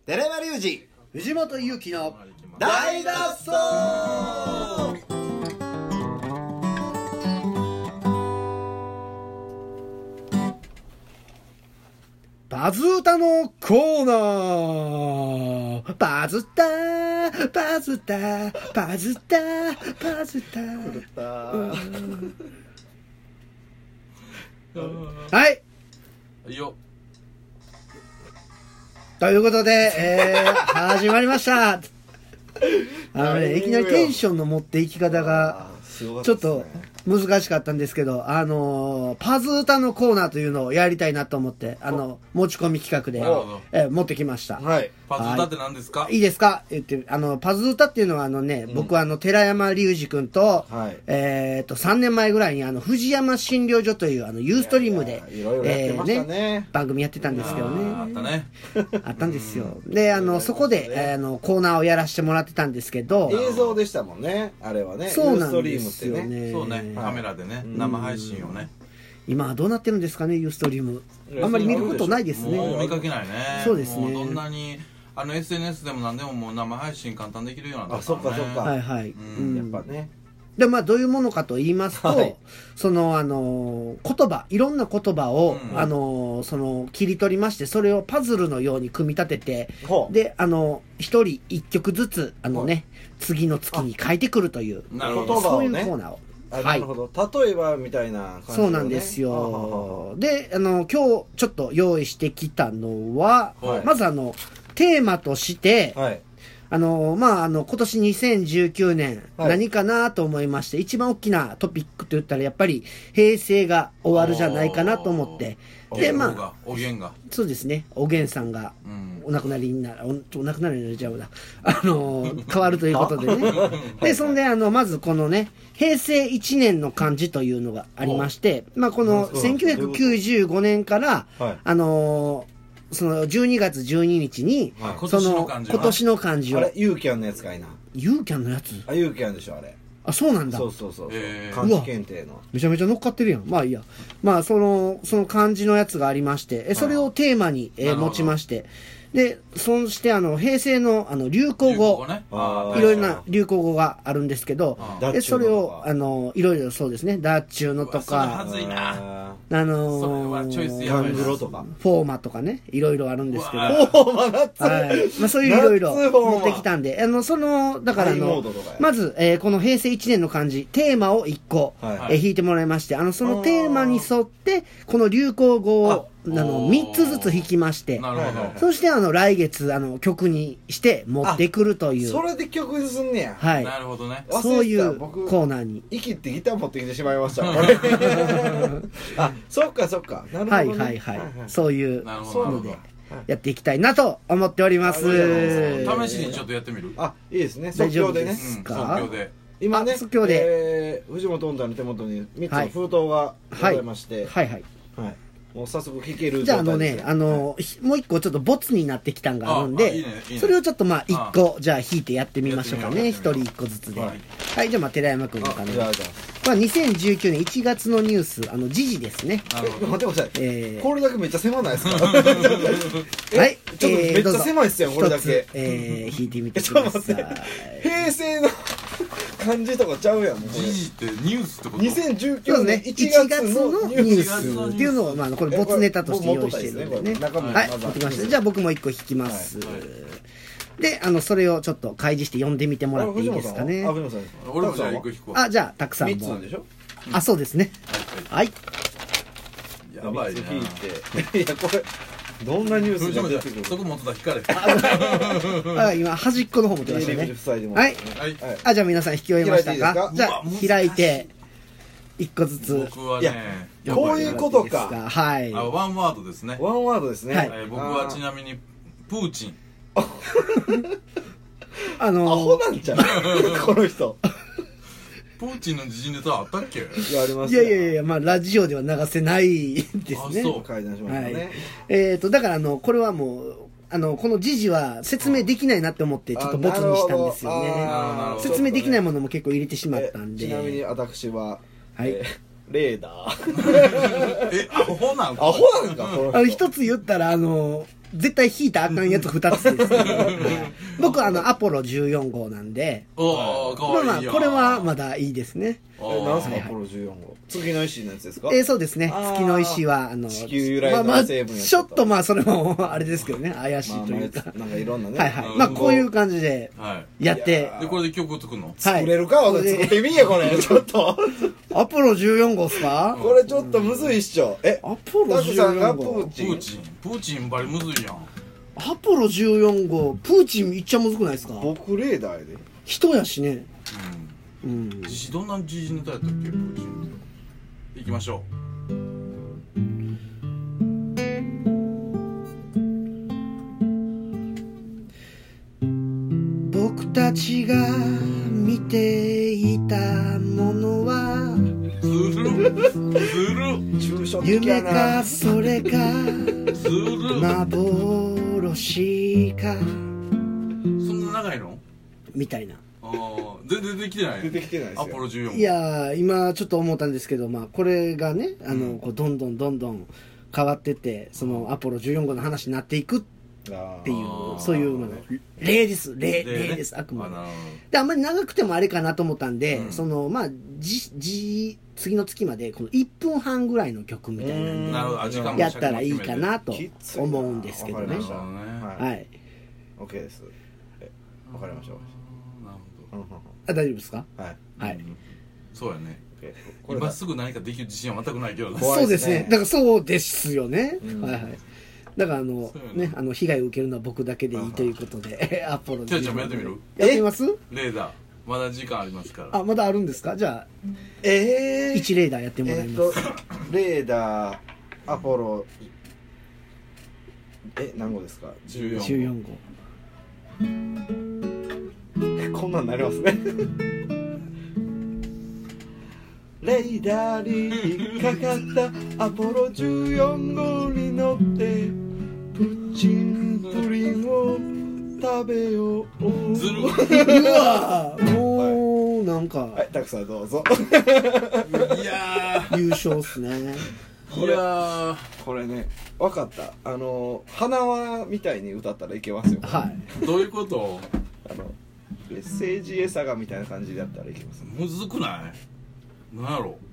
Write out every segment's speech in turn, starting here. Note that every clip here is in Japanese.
寺山隆二藤本勇樹の大脱走。 バズータのコーナー。バズったバズったバズったバズったはいいいよ。 ということで、始まりましたいきなりテンションの持っていき方がちょっと難しかったんですけど、パズータのコーナーというのをやりたいなと思って、持ち込み企画で、持ってきました。 はい。 パズータって何ですか？ いいですか言って、パズータっていうのは僕は寺山隆二君と、3年前ぐらいに藤山診療所というユーストリームで、番組やってたんですけどね。 あったね。 あったんですよ。で、そこで、コーナーをやらせてもらってたんですけど。 映像でしたもんね、あれはね。 そうなんですよね。 そうね、カメラでね、生配信をね。 今はどうなってるんですかね、ユーストリーム。あんまり見ることないですね。 もう見かけないね。 そうですね。 もうどんなにSNS でも何でももう生配信簡単できるようになったからね。あ、そっかそっか。 はいはい。 やっぱね。 で、まあ、どういうものかと言いますと、その、いろんな言葉を、切り取りまして、それをパズルのように組み立てて、で、一人一曲ずつ、次の月に書いてくるという、そういうコーナーを。 なるほど。例えばみたいな感じで、ね。そうなんですよ。で、今日ちょっと用意してきたのは、まずテーマとして、今年2019年、何かなと思いまして、一番大きなトピックと言ったら、やっぱり平成が終わるじゃないかなと思って、で、 おげんが。 そうですね、おげんさんが、お亡くなりになる、お亡くなりになるじゃうな、変わるということでね。で、そんで、まずこのね、平成1年の漢字というのがありまして、この1995年から、その12月12日に、今年の漢字を。 あれ、ユーキャンのやつかいな。 ユーキャンのやつ？ あ、ユーキャンでしょ、あれ。 あ、そうなんだ。 そう。漢字検定の。 めちゃめちゃ乗っかってるやん。まあいいや。まあ、その漢字のやつがありまして、それをテーマに持ちまして、で、そして平成の流行語、いろいろな流行語があるんですけど、でそれをいろいろそうですね、ダッチューのとか、 ガングロとか、 フォーマとかね、いろいろあるんですけど、 フォーマナッツ、 まあそういういろいろ持ってきたんで、だからまずこの平成1年の漢字、テーマを1個引いてもらいまして、そのテーマに沿ってこの流行語を3つずつ弾きまして、そして来月曲にして持ってくるという、 それで曲にすんねや。 はい、 なるほどね。 そういうコーナーに息ってギター持ってきてしまいました。あ、そっかそっか、なるほどね。 そういうのでやっていきたいなと思っております。 試しにちょっとやってみる？ あ、いいですね。即興でね。 即興で。 今ね、 即興で藤本音大の手元に3つの封筒がございまして、もう早速弾ける状態です。じゃあもう一個ちょっとボツになってきたんがあるんで、それをちょっと一個じゃあ弾いてやってみましょうかね。一人一個ずつで。はい、じゃあ寺山君の感じ。これは2019年1月のニュース、時事ですね。 待ってください。これだけめっちゃ狭ないですか？ はい。 ちょっとめっちゃ狭いっすよ、これだけ。 弾いてみてください。 平成の感じとかちゃうやん。 時事ってニュースってこと ？2019年1月のニュースっていうのを、これボツネタとして用意してるんでね。はい、持ってきました。じゃあ僕も1個弾きます。で、それをちょっと開示して読んでみてもらっていいですかね。 俺もじゃあ1個弾こう。 あ、じゃあたくさんも。 3つでしょ？ あ、そうですね。はい。 やばいな。 いや、これどんなニュースが出てくる？ そこ持つだ引かれ。 今端っこの方持ってましたね。はい。あ、じゃあ皆さん引き終えましたか？じゃあ開いて1個ずつ。 僕はね、 こういうことか。 はい。 ワンワードですね。 ワンワードですね。 僕はちなみにプーチン。 アホなんちゃうこの人。 プーチンの時事ネタあったっけ？ いやいや、ラジオでは流せないですね。 そう、階段しましたね。 だからこれはもうこの時事は説明できないなって思ってちょっとボツにしたんですよね。説明できないものも結構入れてしまったんで。 ちなみに私は、 レーダー。 アホなんか？ アホなんか？ 一つ言ったら絶対引いたらあかんやつ2つですけど僕アポロ14号なんで、まあこれはまだいいですね。 何すか、アポロ14号。月の石のやつですか？ そうですね。月の石は地球由来の成分やちょっとそれもあれですけどね、怪しいというか、 なんかいろんなね、 はいはい、まあこういう感じでやって、 でこれで曲作るの？ 作れるか、作ってみやこれ。ちょっとアポロ14号っすか？ これちょっとむずいっしょ。 アポロ14号、 プーチンバリむずいやん。 アポロ14号、プーチンいっちゃむずくないですか？ 僕レーダーやで。 人やしね。 どんな時事ネタやったっけ、プーチン。行きましょう。 僕たちが見ていたものは夢かそれか幻か、 そんな長いのみたいな。 全然出てきてない。 出てきてないですよ。 アポロ14号。 いや今ちょっと思ったんですけど、これがねこうどんどん変わってってそのアポロ14号の話になっていくっていうそういうの例です。あくまであんまり長くてもあれかなと思ったんで、その次の月までこの1分半ぐらいの曲みたいなのやったらいいかなと思うんですけどね。はい。 OK です。わかりました。 大丈夫ですか？はい。 そうやね。今すぐ何かできる自信は全くないけど。 そうですね。だからそうですよね。はいはい。だから被害を受けるのは僕だけでいいということで、アポロ。 キャちゃんもやってみる？ やってみます？ レーダーまだ時間ありますから。 まだあるんですか？じゃあ1レーダーやってもらいます。 レーダーアポロ何号ですか ？14号。 こんなんなりますねレーダーにかかったアポロ14号に乗ってプッチンプリンを食べよう。 ずるうわもうなんかはい、たくさんどうぞいや優勝っすね。 これね、分かった。花輪みたいに歌ったらいけますよ。 はい。 どういうこと？ メッセージエサガみたいな感じでやったらいけます。 むずくない？なんやろ？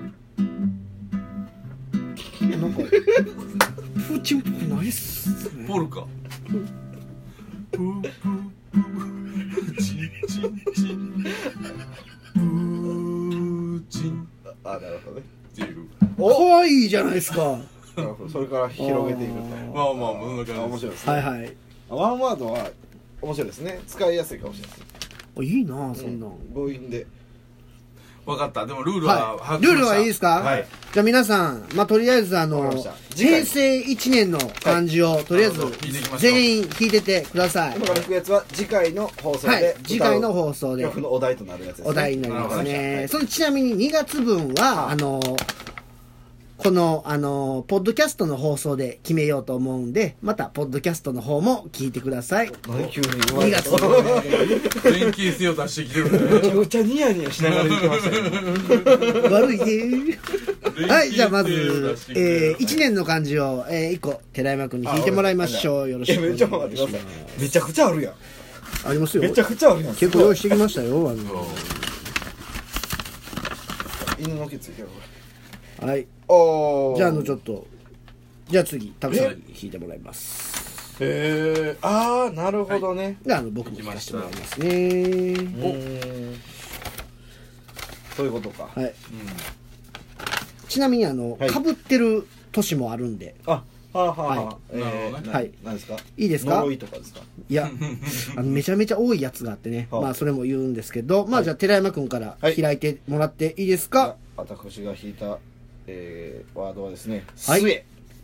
なんかプーチンっぽくないっすね。 ポルカ。プープープーチンチンチンプーチン。 なるほどね。 っていう。 可愛いじゃないですか。 それから広げていくと。 まあ面白いですね。 はいはい。 ワンワードは面白いですね。使いやすいかもしれないです。 いいなそんな。 強引で。 分かった。でもルールはルールはいいですか？ はい。 じゃあ皆さん、とりあえず平成1年の漢字をとりあえず全員弾いててください。 今から弾くやつは次回の放送で次回の放送で曲のお題となるやつですね。 お題になりますね。そのちなみに2月分はこのポッドキャストの放送で決めようと思うんで、またポッドキャストの方も聞いてください。 急に 2月電気性を出してきてるね。 めちゃくちゃニヤニヤしながら言ってましたよ。 悪いね。はい、じゃあまず1年の漢字を1個寺山君に引いてもらいましょう。よろしくお願いします。 めちゃくちゃあるやん。 ありますよ。 めちゃくちゃあるやん。 結構用意してきましたよ。 犬の毛ついてる。 はい。じゃあちょっとじゃあ次たくさん引いてもらいます。 なるほどね。 で僕も引かせてもらいますね。 そういうことか。 はい。ちなみにかぶってる年もあるんで。 はい。何ですか？いいですか？ 呪いとかですか？ いやめちゃめちゃ多いやつがあってね。それも言うんですけど、じゃあ寺山君から開いてもらっていいですか？ 私が引いたワードはですね、 末。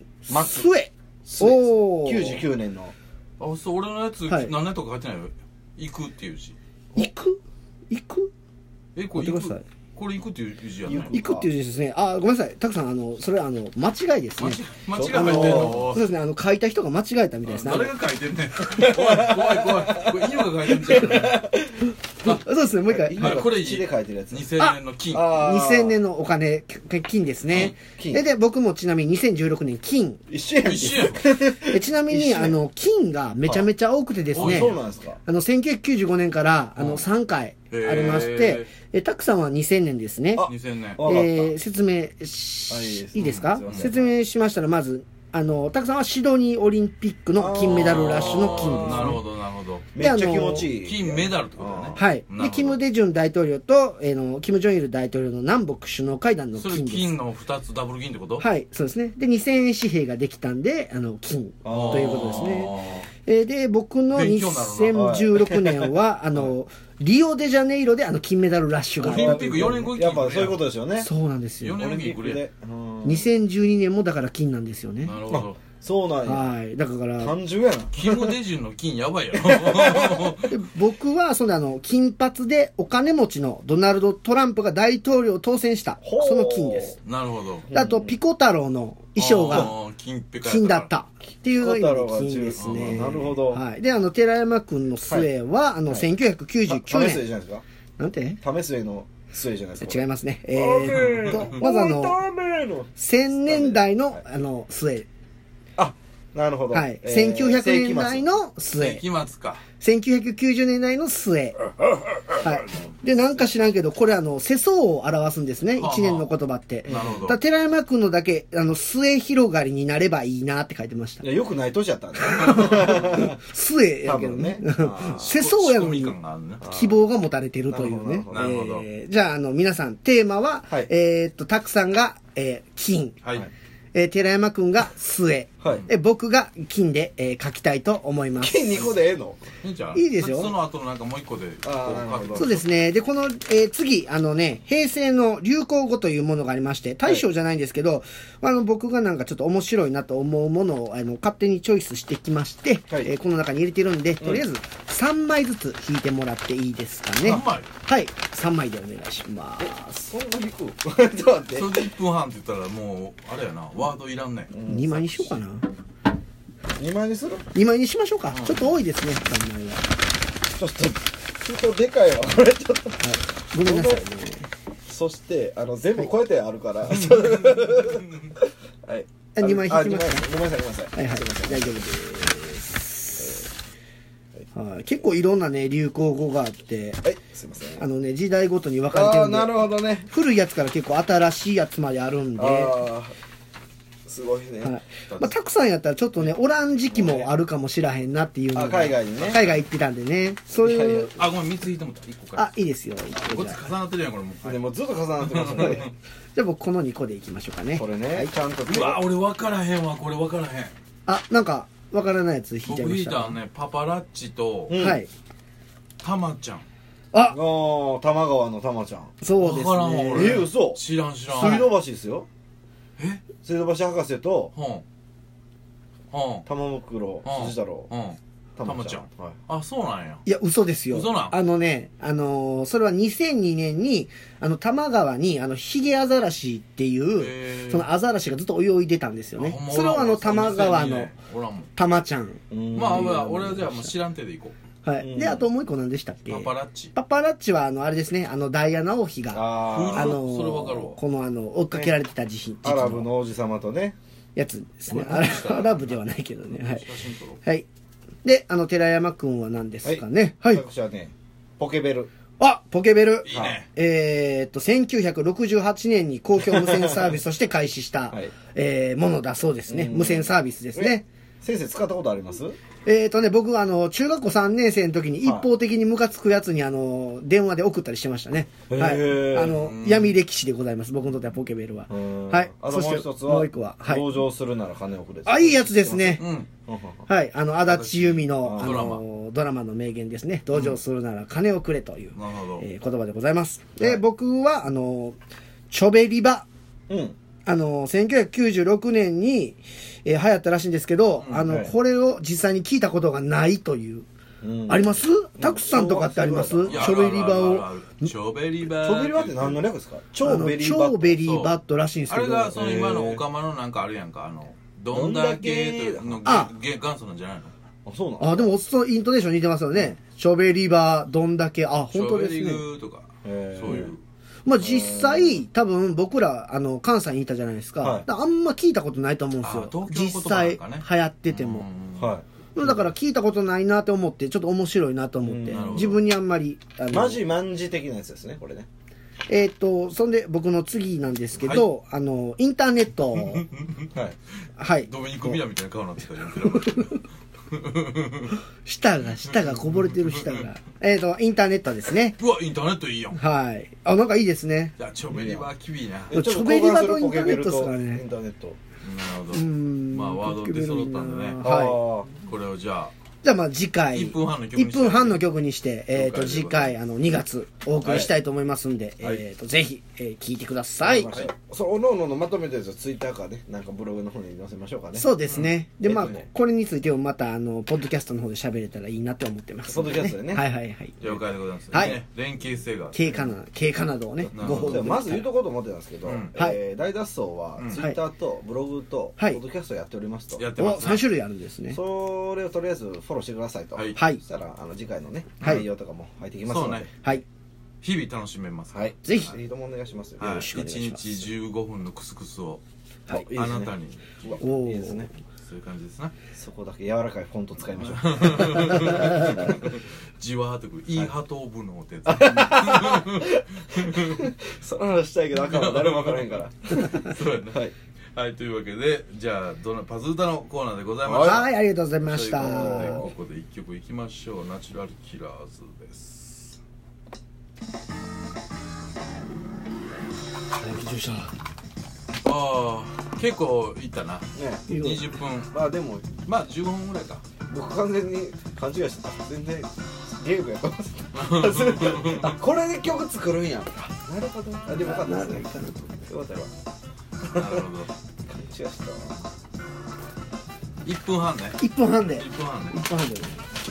99年の。 そう俺のやつ何年とか書いてないよ。行くっていう字。 行くこれ行く。これ行くっていう字やね。 行くっていう字ですね。ごめんなさい。たくさんそれは間違いですね。 間違い入ってんの？ そうですね。書いた人が間違えたみたいですね。 誰が書いてんねん。怖い。これ犬が書いてんじゃん。 そうですね、もう一回。 今これいい字で書いてるやつ。 2000年の金。 2000年のお金、金ですね。 金で、僕もちなみに2016年金。 一緒やん。 一緒やん。 ちなみに、金がめちゃめちゃ多くてですね、 そうなんですか。 1995年から、3回ありまして、タクさんは2000年ですね。 2000年。 わかった説明いいですかすいません説明しましたら、まず、タクさんはシドニーオリンピックの金メダルラッシュの金ですね。 なるほど、なるほど。 めっちゃ気持ちいい。 金メダルってことだね。 はい。で、キム・デジュン大統領と、キム・ジョンイル大統領の南北首脳会談のそれ金です。 金の2つダブル金ってこと？ はい、そうですね。で、2000円紙幣ができたんで、金ということですね。で、僕の勉強になる 2016年は、リオデジャネイロで金メダルラッシュがオリンピック4年後にやっぱそういうことですよね。 そうなんですよ 4。年後に来るやん。 で。 2012年もだから金なんですよね。 なるほど。 そうなんや。 はい。だから、 単純やな。 キム・デジュンの金やばいやろ。 で僕は、金髪でお金持ちのドナルド・トランプが大統領を当選した、 ほうその金です。 なるほど。 であと、ピコ太郎の衣装が金ペカ金だったっていうのピコ太郎がが金ですね。 なるほど。 はい。で、寺山くんの末は、1999 為末年。 じゃないですか。 なんて為末の末じゃないですか。 違いますね。ままずずの。 1000年代の、末。 あ、なるほど。 はい。1900年代の末。 世紀末か。 1990年代の末。はい。で、なんか知らんけど、これ世相を表すんですね。 はあ一年の言葉って。 なるほどだから寺山くんのだけ、末広がりになればいいなって書いてましたい。や、よくない年やったんだ。 末やけどね。 多分ね世相やのに仕込み感があるね。 希望が持たれてるというね。 なるほどじゃあ、皆さん、テーマは、 はいたくさんが、金。 はい。 寺山くんが末。 はい僕が金で、書きたいと思います。 金2個でええの？ いいじゃん。 いいですよその後のなんかもう一個で。 あーなるほどそうですね。で、この、次、平成の流行語というものがありまして、大賞じゃないんですけど、僕がなんかちょっと面白いなと思うものを、勝手にチョイスしてきまして、 はいこの中に入れてるんで、とりあえず3枚ずつ引いてもらっていいですかね。 3枚はい。3枚でお願いします。 そんな引く？ちょっと待ってそ。れで1分半って言ったらもう、あれやな、ワードいらんね。 2枚にしようかな。 2枚にする？ 2枚にしましょうか。ちょっと多いですね、3枚は。 ちょっとでかいわ。これちょっと。 ごめんなさいね。 そして全部こうやってあるから。はい。 2枚引きますか？ ごめんなさいごめんなさい。 はいはい、大丈夫です。はい、結構いろんなね、流行語があって、 はい、すいません。 時代ごとに分かれてるんで、 ああ、なるほどね。 古いやつから結構新しいやつまであるんで、 ああ、すごいね。 はい。まあ、たくさんやったらちょっとね、おらん時期もあるかもしらへんなっていうのがあ海外にね海外行ってたんでね、そういやいやいう、 あ、ごめん、3つ引いてもった。1個から。 あ、いいですよ。 こっち重なってるやん、これもう。 でもずっと重なってますね。 じゃあ僕この2個でいきましょうかね。 これね、ちゃんと。 うわ、俺分からへんわ、これ分からへん。 あ、なんか、わからないやつ引いちゃい僕引いましたた。 のね、パパラッチと、 うんはい。 たまちゃん。 あ、 多摩川の玉ちゃん。 そうですわからんわ俺ね。 嘘。 知らん知らん。 水道橋ですよ。 え水道橋博士とうん。 玉袋うん辻太郎うん。 玉ちゃん。はい。 あ、そうなんや。 いや、嘘ですよ。 嘘なんそれは2002年に、多摩川に、ヒゲアザラシっていへう、 ーそのアザラシがずっと泳いでたんですよねあほん。まそれを多摩川のおらんもん。 タマちゃん。 まあ、俺はじゃあもう知らん手でいこう。 はい。 うんで、あともう一個何でしたっけ？ パパラッチ。 パパラッチは、あれですね、ダイアナ王妃が、 あそれわかるわこの追っかけられてた時期あ、アラブの王子様とね。 やつですね。 これアラブではないけどね。はい。 写真撮ろう。 はい。で、寺山くんは何ですかね。はい。 私はね、ポケベル。 あ、ポケベル。 いいね。 1968年に公共無線サービスとして開始した、 はいものだそうですね。無線サービスですね。 先生使ったことあります？ 僕は中学校3年生の時に一方的にムカつくやつに電話で送ったりしてましたね。 へはい。 ー闇歴史でございます。僕にとってはポケベルは。はい。 あともう一つは、 もう一個は。はい。 同情するなら金をくれ。 あ、いいやつですね。 うん。 はい。足立由美の、 ドラマドラマの名言ですね。同情するなら金をくれという、 なるほど。 言葉でございます。で、 はい僕は、チョベリバ。 うん。 1996年に、流行ったらしいんですけど、 はいこれを実際に聞いたことがないという。 うんありますタクさんとかってありますチいいやョベリバを。 あるチョベリバ。 チョベリバって何の略ですか？超ベリーバ超ベリーバットらしいんですけど。 あれがその今のオカマのなんかあるやんか、どんだけのあ元祖なんじゃないの？ あ、そうなの？ でも、イントネーション似てますよね。 ショベリバどんだけ、あ、本当ですね。 ショベリグとかそういうまあ実際、多分僕ら、関西にいたじゃないですか。 はいあんま聞いたことないと思うんですよ。 東京の実言葉なん際、 かね流行ってても。 はだから聞いたことないなと思って、ちょっと面白いなと思ってうんなるほ、 ど自分にあんまり、 い。マジマンジ的なやつですね、これね。 そんで僕の次なんですけど、インターネット、 はい。 はい。 ドミニク・ミラみたいな顔になってきたじゃん舌がこぼれてる舌が。インターネットですね。 うわインターネットいいやん。いはい。あ、なんかいいですね。 やチョベリバーキビいな。 チョベリバとインターネットですからねインターネット。 なるほど。まあワード出揃ったんでね。 はこれをじゃあい。じゃあまあ次回、 1分半の曲にして 1分半の曲にして、 了解次回、2月お送りしたいと思いますんで、 はいぜひ、聞いてください。 そう、おのおののまとめたやつをツイッターかね、なんかブログの方に載せましょうかね。 そうですね。で、まあ、 ねこれについてもまた、ポッドキャストの方で喋れたらいいなと思ってます、 ポッドキャストでねはいはいはい。 了解でございます。 はいね連携性が。 経過などをね、 なるほどご報告でもまず言うとこうと思ってたんですけど、 うんはい大脱走はツイッターとブログとポはいッドキャストやっておりますと、 お、 やってますね。 3種類あるんですね。 それをとりあえずフォローしてくださいと、 はいはいそしたら次回のね、 はい内容とかも入ってきますので、 そうね。 はい。 日々楽しめます。 はい、 ぜひぜひともお願いしますよ、 はい。 よろしくお願いし 1 ます日15分のクスクスをはい、いいですねあなたにうわおーいいですね、 そういう感じですね。 そこだけ柔らかいフォント使いましょうじわーっとくる。いいハトーブのってやその話したいけどあかんわ誰も分からへんからつ。そうやね。 はいはい、というわけで、じゃあ、パズ歌のコーナーでございました。 はい、ありがとうございました。 ということでここで一曲いきましょう。ナチュラルキラーズです。 緊張した。 ああ、結構いったな。 ねいいよ 20分。 まあでもまあ15分ぐらいか。 僕完全に勘違いしてた全然ゲームやと思ってたあこれで曲作るんやなるほどあでもよかったですねよかったよなるほど。 勘違いしてたわ 1分半ね。 1分半で。 1分半ね。 1分半で。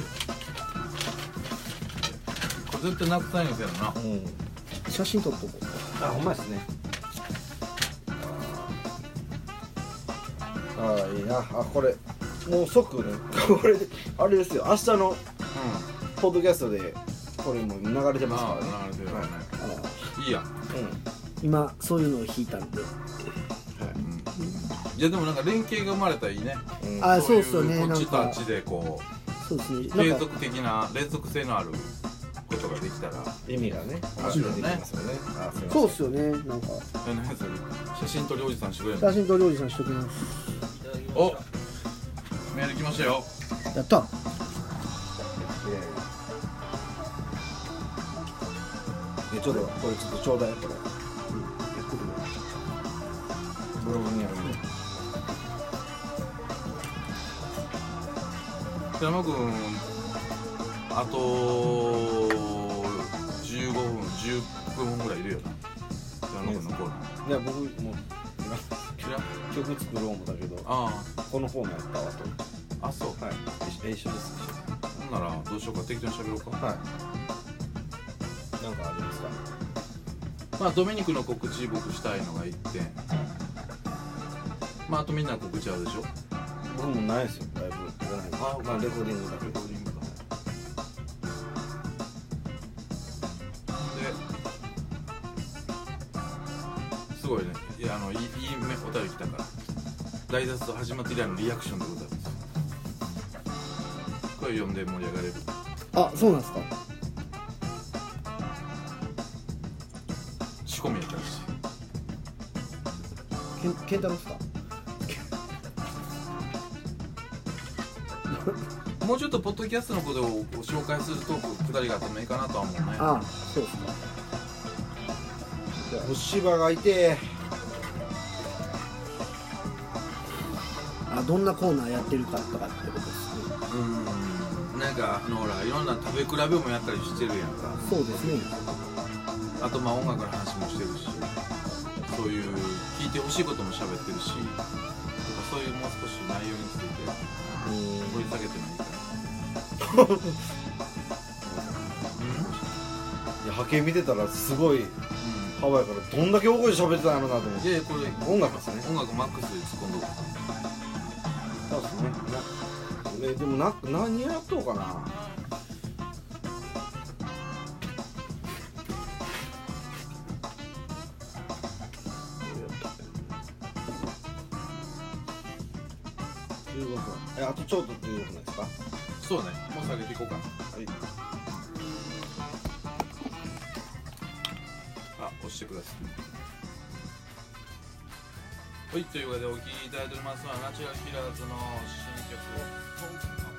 これ絶対なくさないんですよな。 うん写真撮っとこあほんまですねああいいなあこれもう即ねこれあれですよ明日のポッドキャストでこれもう流れてますからねああ、なるほどね。 う。 いいやん。 う今、そういうのを弾いたんで。 いやでもなんか連携が生まれたらいいね。 んうんあそうっすよねこっちとなんかあっちでこそうですね。 う継続的な連続性のあることができたら。 意味がね面白いできますよねあすいませんそうっすよね。なんか、 何それ写真撮りおじさんしてくれるの写真と料理さんしときます。 おメール来ましたよ。 やった。 いやいやちょっとこれちょっとちょうだいこれブログにあるんで北山君あと15分10分ぐらいいるよな。北山君のコーナーいや僕もう今いや曲作ろう思ったけどあこのコーナーやったわとあそうはい一緒ですほんならどうしようか適当に喋ろうか。 はいなんかありますかまあドミニクの告知僕したいのが1点。まああとみんな告知あるでしょ。 僕もないですよライブじゃないあまあレコーディングだけレコーディングだですごいねいやいいお便り来たから大脱走始まって以来のリアクションでございます。これ読んで盛り上がれる。 あ、そうなんですか。 仕込みやったらしケンタロウですか。 い。もうちょっとポッドキャストのことを紹介するトーク2人があってもいいかなとは思うね。 ああ、そうですか。 虫歯がいてあ、どんなコーナーやってるかとかってことですね。 なんかほらいろんな食べ比べもやったりしてるやんか。 そうですね。 あとまあ音楽の話もしてるし、そういう聞いてほしいことも喋ってるし、とかそういうもう少し内容について掘り下げてもいいかな。 いや波形見てたらすごいハワイからどんだけ大声で喋ってたんやろなと思ってでこれ音楽ですね音楽マックスで突っ込んどく。 そうですねでも何やっとうかなあとちょっと16分ですか。 そうね、もう下げていこうかな。 はい。 あ、押してください。はい、というわけでお聴きいただいておりますのはナチュラルキラーズの新曲を